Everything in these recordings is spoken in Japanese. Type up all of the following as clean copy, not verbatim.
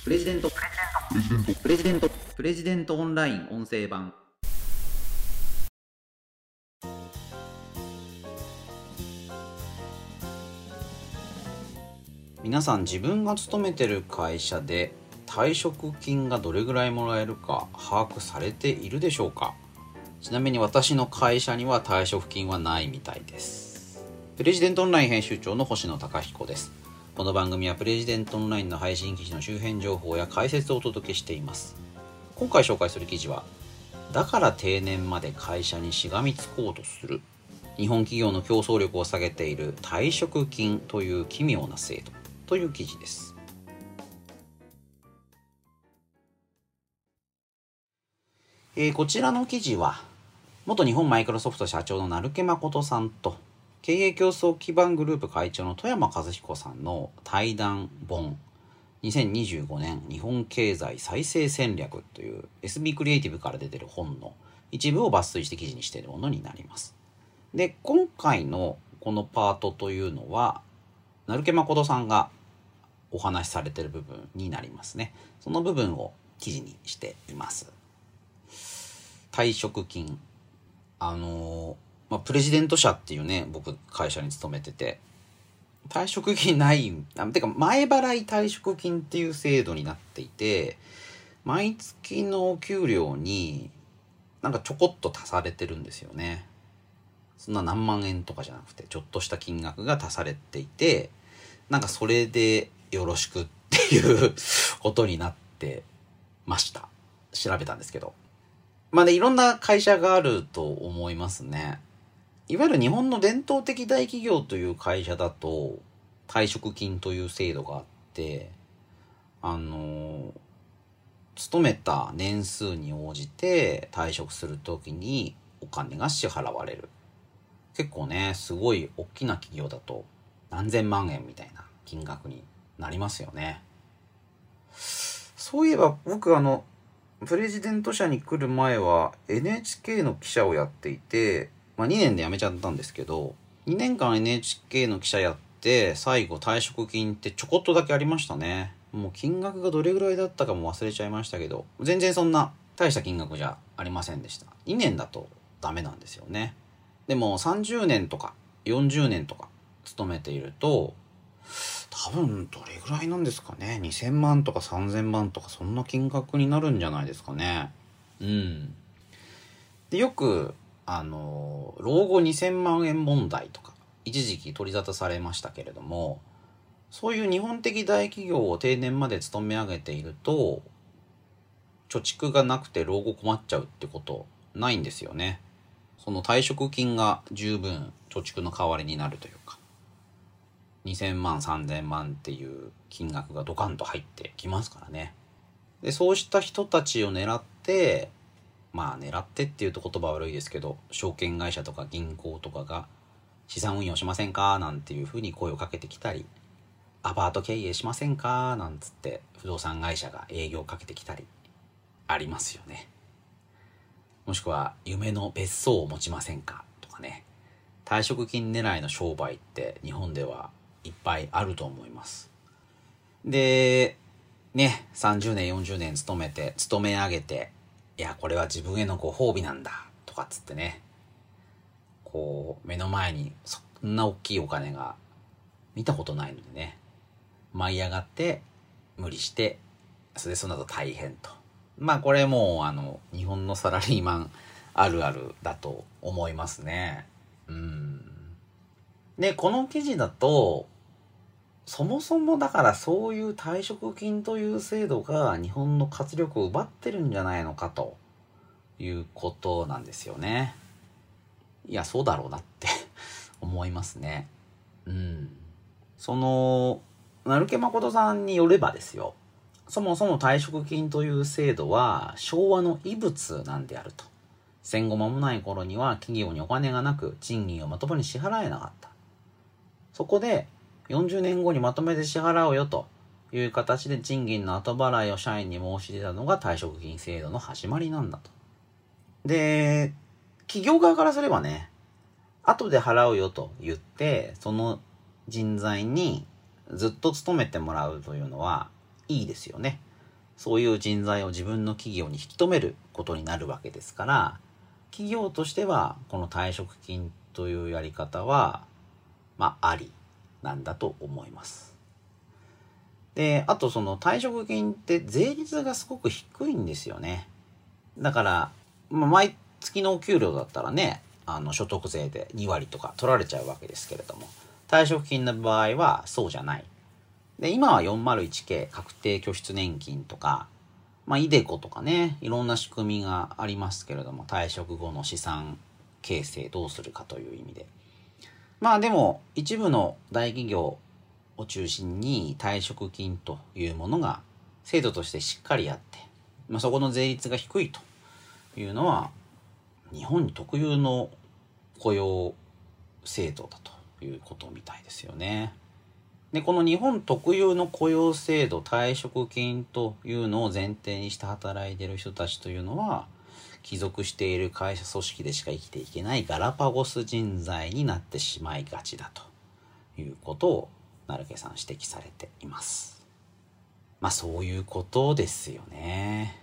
プレジデントプレジデントプレジデントオンライン音声版。皆さん、自分が勤めてる会社で退職金がどれぐらいもらえるか把握されているでしょうか？ちなみに私の会社には退職金はないみたいです。プレジデントオンライン編集長の星野貴彦です。この番組はプレジデントオンラインの配信記事の周辺情報や解説をお届けしています。今回紹介する記事は、だから定年まで会社にしがみつこうとする、日本企業の競争力を下げている退職金という奇妙な制度という記事です。こちらの記事は元日本マイクロソフト社長の成毛誠さんと経営競争基盤グループ会長の外山和彦さんの対談本2025年日本経済再生戦略という SB クリエイティブから出てる本の一部を抜粋して記事にしているものになります。で、今回のこのパートというのは成毛誠さんがお話しされている部分になりますね。その部分を記事にしています。退職金、プレジデント社っていうね、僕会社に勤めてて、退職金ない、てか前払い退職金っていう制度になっていて、毎月の給料になんかちょこっと足されてるんですよね。そんな何万円とかじゃなくて、ちょっとした金額が足されていて、なんかそれでよろしくっていうことになってました。調べたんですけど。いろんな会社があると思いますね。いわゆる日本の伝統的大企業という会社だと、退職金という制度があって、勤めた年数に応じて退職するときにお金が支払われる。結構ね、すごい大きな企業だと何千万円みたいな金額になりますよね。そういえば僕プレジデント社に来る前は NHK の記者をやっていて、2年で辞めちゃったんですけど、2年間 NHK の記者やって、最後退職金ってちょこっとだけありましたね。もう金額がどれぐらいだったかも忘れちゃいましたけど、全然そんな大した金額じゃありませんでした。2年だとダメなんですよね。でも30年とか40年とか勤めていると、多分どれぐらいなんですかね。2000万とか3000万とかそんな金額になるんじゃないですかね。で、よく老後2000万円問題とか一時期取り沙汰されましたけれども、そういう日本的大企業を定年まで勤め上げていると、貯蓄がなくて老後困っちゃうってことないんですよね。その退職金が十分貯蓄の代わりになるというか、2000万3000万っていう金額がドカンと入ってきますからね。で、そうした人たちを狙って、狙ってっていうと言葉悪いですけど、証券会社とか銀行とかが資産運用しませんかなんていうふうに声をかけてきたり、アパート経営しませんかなんつって不動産会社が営業をかけてきたりありますよね。もしくは夢の別荘を持ちませんかとかね。退職金狙いの商売って日本ではいっぱいあると思います。で、30年40年勤め上げて、いや、これは自分へのご褒美なんだとかっつってね、目の前にそんな大きいお金が見たことないのでね、舞い上がって無理して、それでその後大変と。これもう日本のサラリーマンあるあるだと思いますね。で、この記事だと、そもそもだからそういう退職金という制度が日本の活力を奪ってるんじゃないのかということなんですよね。いや、そうだろうなって思いますね。成毛誠さんによればですよ、そもそも退職金という制度は昭和の遺物なんであると。戦後間もない頃には企業にお金がなく賃金をまともに支払えなかった。そこで40年後にまとめて支払うよという形で賃金の後払いを社員に申し出たのが退職金制度の始まりなんだと。で、企業側からすればね、後で払うよと言って、その人材にずっと勤めてもらうというのはいいですよね。 そういう人材を自分の企業に引き止めることになるわけですから、企業としてはこの退職金というやり方はありなんだと思います。で、あとその退職金って税率がすごく低いんですよね。だから、毎月のお給料だったらね、所得税で2割とか取られちゃうわけですけれども、退職金の場合はそうじゃない。で、今は 401k 確定拠出年金とか、イデコとかね、いろんな仕組みがありますけれども、退職後の資産形成どうするかという意味で。でも、一部の大企業を中心に退職金というものが制度としてしっかりあって、そこの税率が低いというのは、日本に特有の雇用制度だということみたいですよね。で、この日本特有の雇用制度、退職金というのを前提にして働いている人たちというのは、帰属している会社組織でしか生きていけないガラパゴス人材になってしまいがちだということを成毛さん指摘されています。そういうことですよね。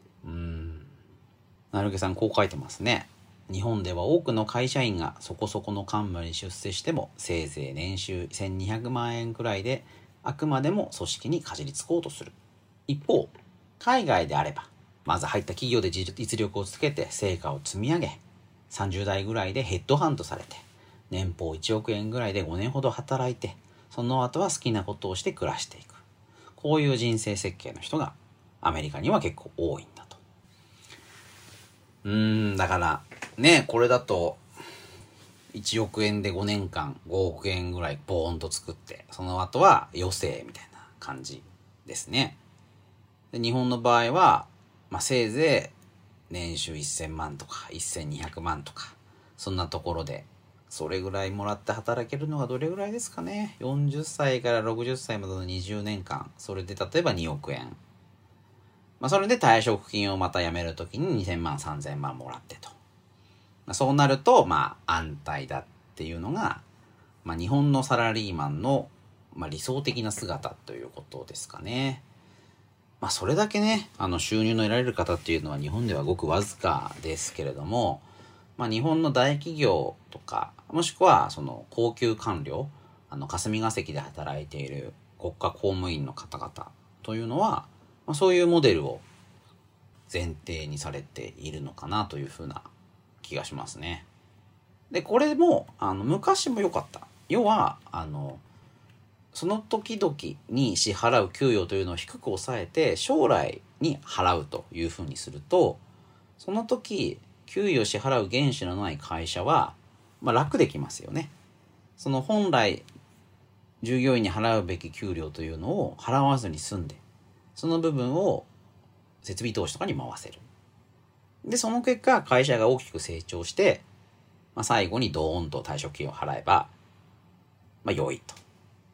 成毛さんこう書いてますね。日本では多くの会社員がそこそこの幹部に出世してもせいぜい年収1200万円くらいであくまでも組織にかじりつこうとする。一方、海外であればまず入った企業で実力をつけて成果を積み上げ、30代ぐらいでヘッドハントされて、年俸1億円ぐらいで5年ほど働いて、その後は好きなことをして暮らしていく。こういう人生設計の人がアメリカには結構多いんだと。だからね、これだと1億円で5年間5億円ぐらいボーンと作って、その後は余生みたいな感じですね。で、日本の場合はせいぜい年収1000万とか1200万とか、そんなところでそれぐらいもらって働けるのがどれぐらいですかね。40歳から60歳までの20年間、それで例えば2億円、それで退職金をまた辞めるときに2000万3000万もらってと、そうなると安泰だっていうのが、日本のサラリーマンの理想的な姿ということですかね。それだけね、収入の得られる方っていうのは日本ではごくわずかですけれども、日本の大企業とか、もしくはその高級官僚、霞が関で働いている国家公務員の方々というのは、そういうモデルを前提にされているのかなというふうな気がしますね。で、これも昔も良かった。要はその時々に支払う給与というのを低く抑えて将来に払うというふうにすると、その時給与を支払う原資のない会社は、楽できますよね。その本来従業員に払うべき給料というのを払わずに済んで、その部分を設備投資とかに回せる。で、その結果会社が大きく成長して、最後にドーンと退職金を払えば良いと。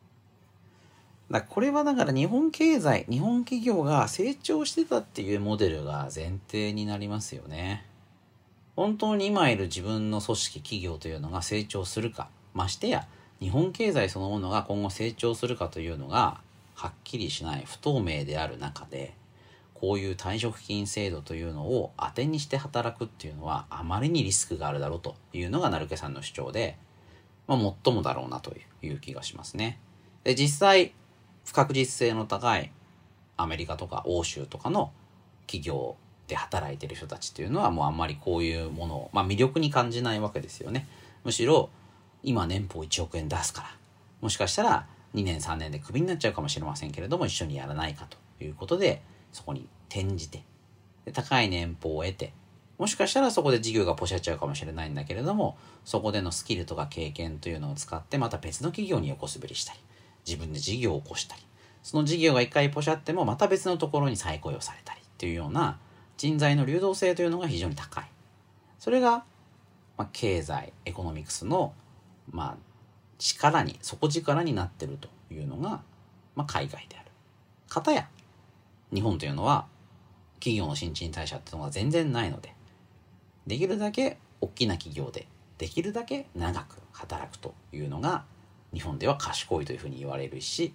これはだから日本経済、日本企業が成長してたっていうモデルが前提になりますよね。本当に今いる自分の組織企業というのが成長するか、ましてや日本経済そのものが今後成長するかというのがはっきりしない、不透明である中で、こういう退職金制度というのを当てにして働くっていうのはあまりにリスクがあるだろうというのが成毛さんの主張で、最もだろうなという気がしますね。で、実際不確実性の高いアメリカとか欧州とかの企業で働いている人たちっていうのはもうあんまりこういうものを、魅力に感じないわけですよね。むしろ今年俸1億円出すから、もしかしたら2年3年でクビになっちゃうかもしれませんけれども、一緒にやらないかということでそこに転じて、で高い年俸を得て、もしかしたらそこで事業がポシャっちゃうかもしれないんだけれども、そこでのスキルとか経験というのを使ってまた別の企業に横滑りしたり、自分で事業を起こしたり、その事業が一回ポシャってもまた別のところに再雇用されたりっていうような人材の流動性というのが非常に高い。それが、経済エコノミクスの力に、底力になっているというのが、海外である。片や日本というのは企業の新陳代謝っていうのが全然ないので、できるだけ大きな企業でできるだけ長く働くというのが日本では賢いというふうに言われるし、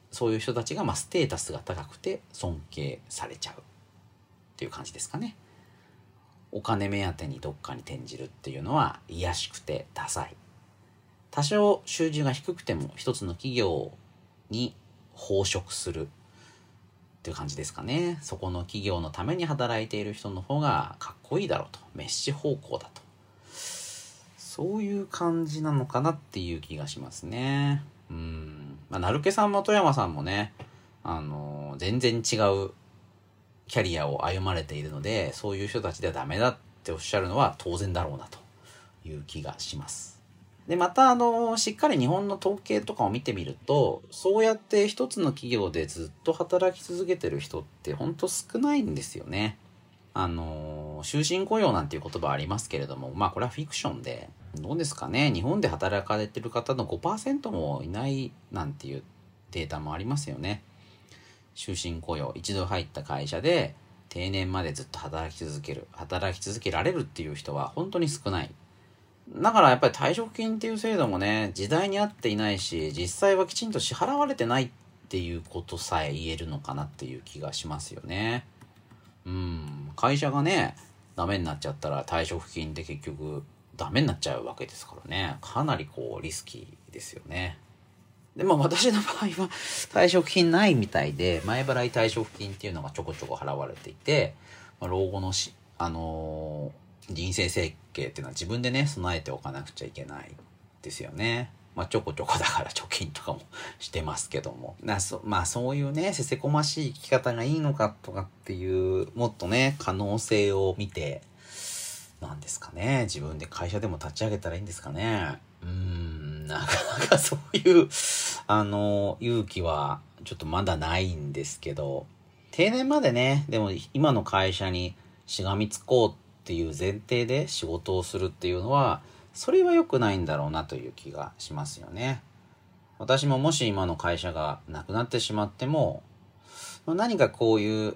そういう人たちがステータスが高くて尊敬されちゃうっていう感じですかね。お金目当てにどっかに転じるっていうのは卑しくてダサい。多少収入が低くても一つの企業に奉職するっていう感じですかね。そこの企業のために働いている人の方がかっこいいだろうと、メッシ方向だと、そういう感じなのかなっていう気がしますね。成毛さんも富山さんもね、全然違うキャリアを歩まれているので、そういう人たちではダメだっておっしゃるのは当然だろうなという気がします。で、またしっかり日本の統計とかを見てみると、そうやって一つの企業でずっと働き続けてる人ってほんと少ないんですよね。終身雇用なんていう言葉ありますけれども、これはフィクションで、どうですかね、日本で働かれてる方の 5% もいないなんていうデータもありますよね。終身雇用、一度入った会社で定年までずっと働き続けられるっていう人は本当に少ない。だからやっぱり退職金っていう制度もね、時代に合っていないし、実際はきちんと支払われてないっていうことさえ言えるのかなっていう気がしますよね。会社がね、ダメになっちゃったら退職金って結局ダメになっちゃうわけですからね。かなりリスキーですよね。で、私の場合は退職金ないみたいで、前払い退職金っていうのがちょこちょこ払われていて、老後の人生設計っていうのは自分でね、備えておかなくちゃいけないですよね。ちょこちょこだから貯金とかもしてますけども。そういうね、せせこましい生き方がいいのかとかっていう、もっとね、可能性を見て、なんですかね、自分で会社でも立ち上げたらいいんですかね。なかなかそういう、勇気はちょっとまだないんですけど、定年までね、でも今の会社にしがみつこうっていう前提で仕事をするっていうのは、それは良くないんだろうなという気がしますよね。私ももし今の会社がなくなってしまっても、何かこういう、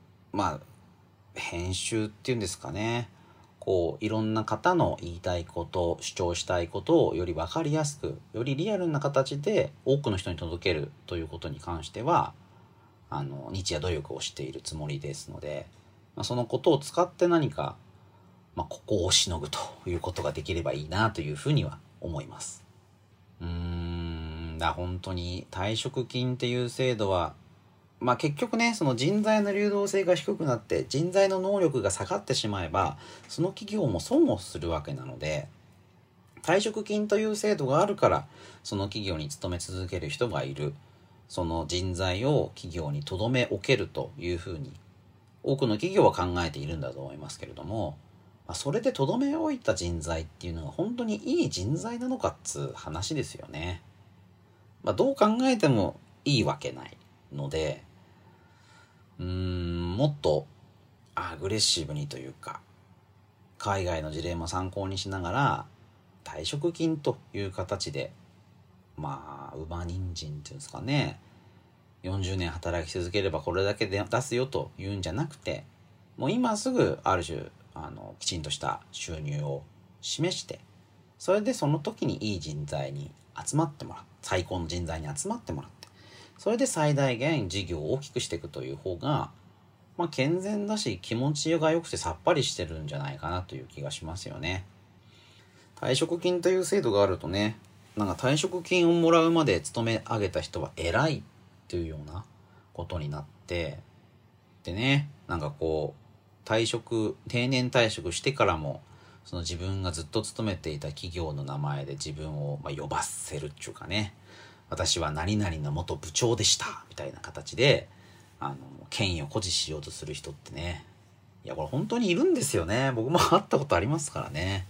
編集っていうんですかね。いろんな方の言いたいこと、主張したいことをより分かりやすく、よりリアルな形で多くの人に届けるということに関しては、日夜努力をしているつもりですので、そのことを使って何か、ここをしのぐということができればいいなというふうには思います。本当に退職金っていう制度は、結局ね、その人材の流動性が低くなって人材の能力が下がってしまえば、その企業も損をするわけなので、退職金という制度があるからその企業に勤め続ける人がいる。その人材を企業に留め置けるというふうに多くの企業は考えているんだと思いますけれども、それで留め置いた人材っていうのが本当にいい人材なのかっつう話ですよね。どう考えてもいいわけないので、もっとアグレッシブにというか、海外の事例も参考にしながら退職金という形で、馬人参っていうんですかね、40年働き続ければこれだけで出すよというんじゃなくて、もう今すぐある種きちんとした収入を示して、それでその時にいい人材に集まってもらう、最高の人材に集まってもらって、それで最大限事業を大きくしていくという方が、健全だし気持ちが良くてさっぱりしてるんじゃないかなという気がしますよね。退職金という制度があるとね、退職金をもらうまで勤め上げた人は偉いっていうようなことになって、でね、定年退職してからも、その自分がずっと勤めていた企業の名前で自分を呼ばせるっていうかね、私は何々の元部長でしたみたいな形で権威を誇示しようとする人ってね、これ本当にいるんですよね。僕も会ったことありますからね。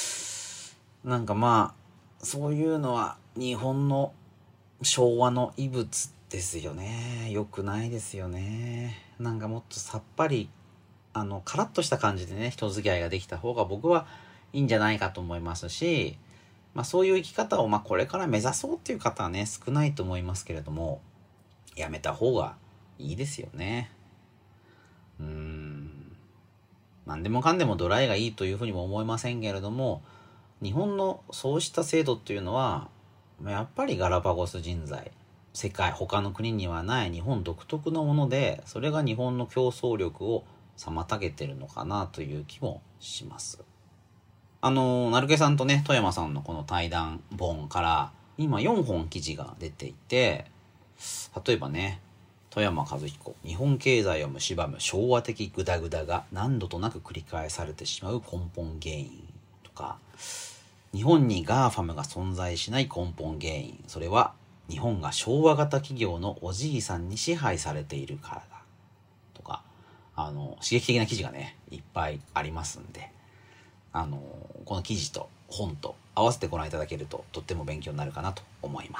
そういうのは日本の昭和の遺物ですよね。良くないですよね。もっとさっぱりカラッとした感じでね、人付き合いができた方が僕はいいんじゃないかと思いますし、そういう生き方をこれから目指そうっていう方はね、少ないと思いますけれども、やめた方がいいですよね。何でもかんでもドライがいいというふうにも思いませんけれども、日本のそうした制度っていうのはやっぱりガラパゴス人材、 他の国にはない日本独特のもので、それが日本の競争力を妨げてるのかなという気もします。成毛さんとね、富山さんのこの対談本から今4本記事が出ていて、例えばね、富山和彦、日本経済を蝕む昭和的グダグダが何度となく繰り返されてしまう根本原因とか、日本にガーファムが存在しない根本原因、それは日本が昭和型企業のおじいさんに支配されているからだとか、刺激的な記事がねいっぱいありますんで、この記事と本と合わせてご覧いただけるととっても勉強になるかなと思います。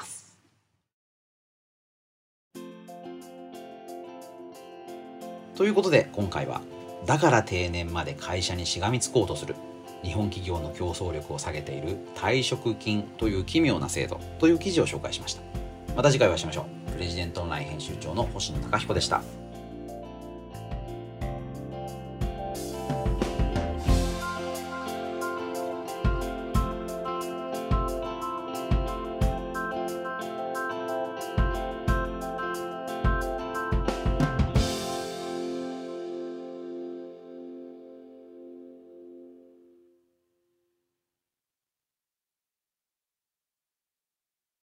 ということで今回は、だから定年まで会社にしがみつこうとする日本企業の競争力を下げている退職金という奇妙な制度という記事を紹介しました。また次回お会いしましょう。プレジデントオンライン編集長の星野貴彦でした。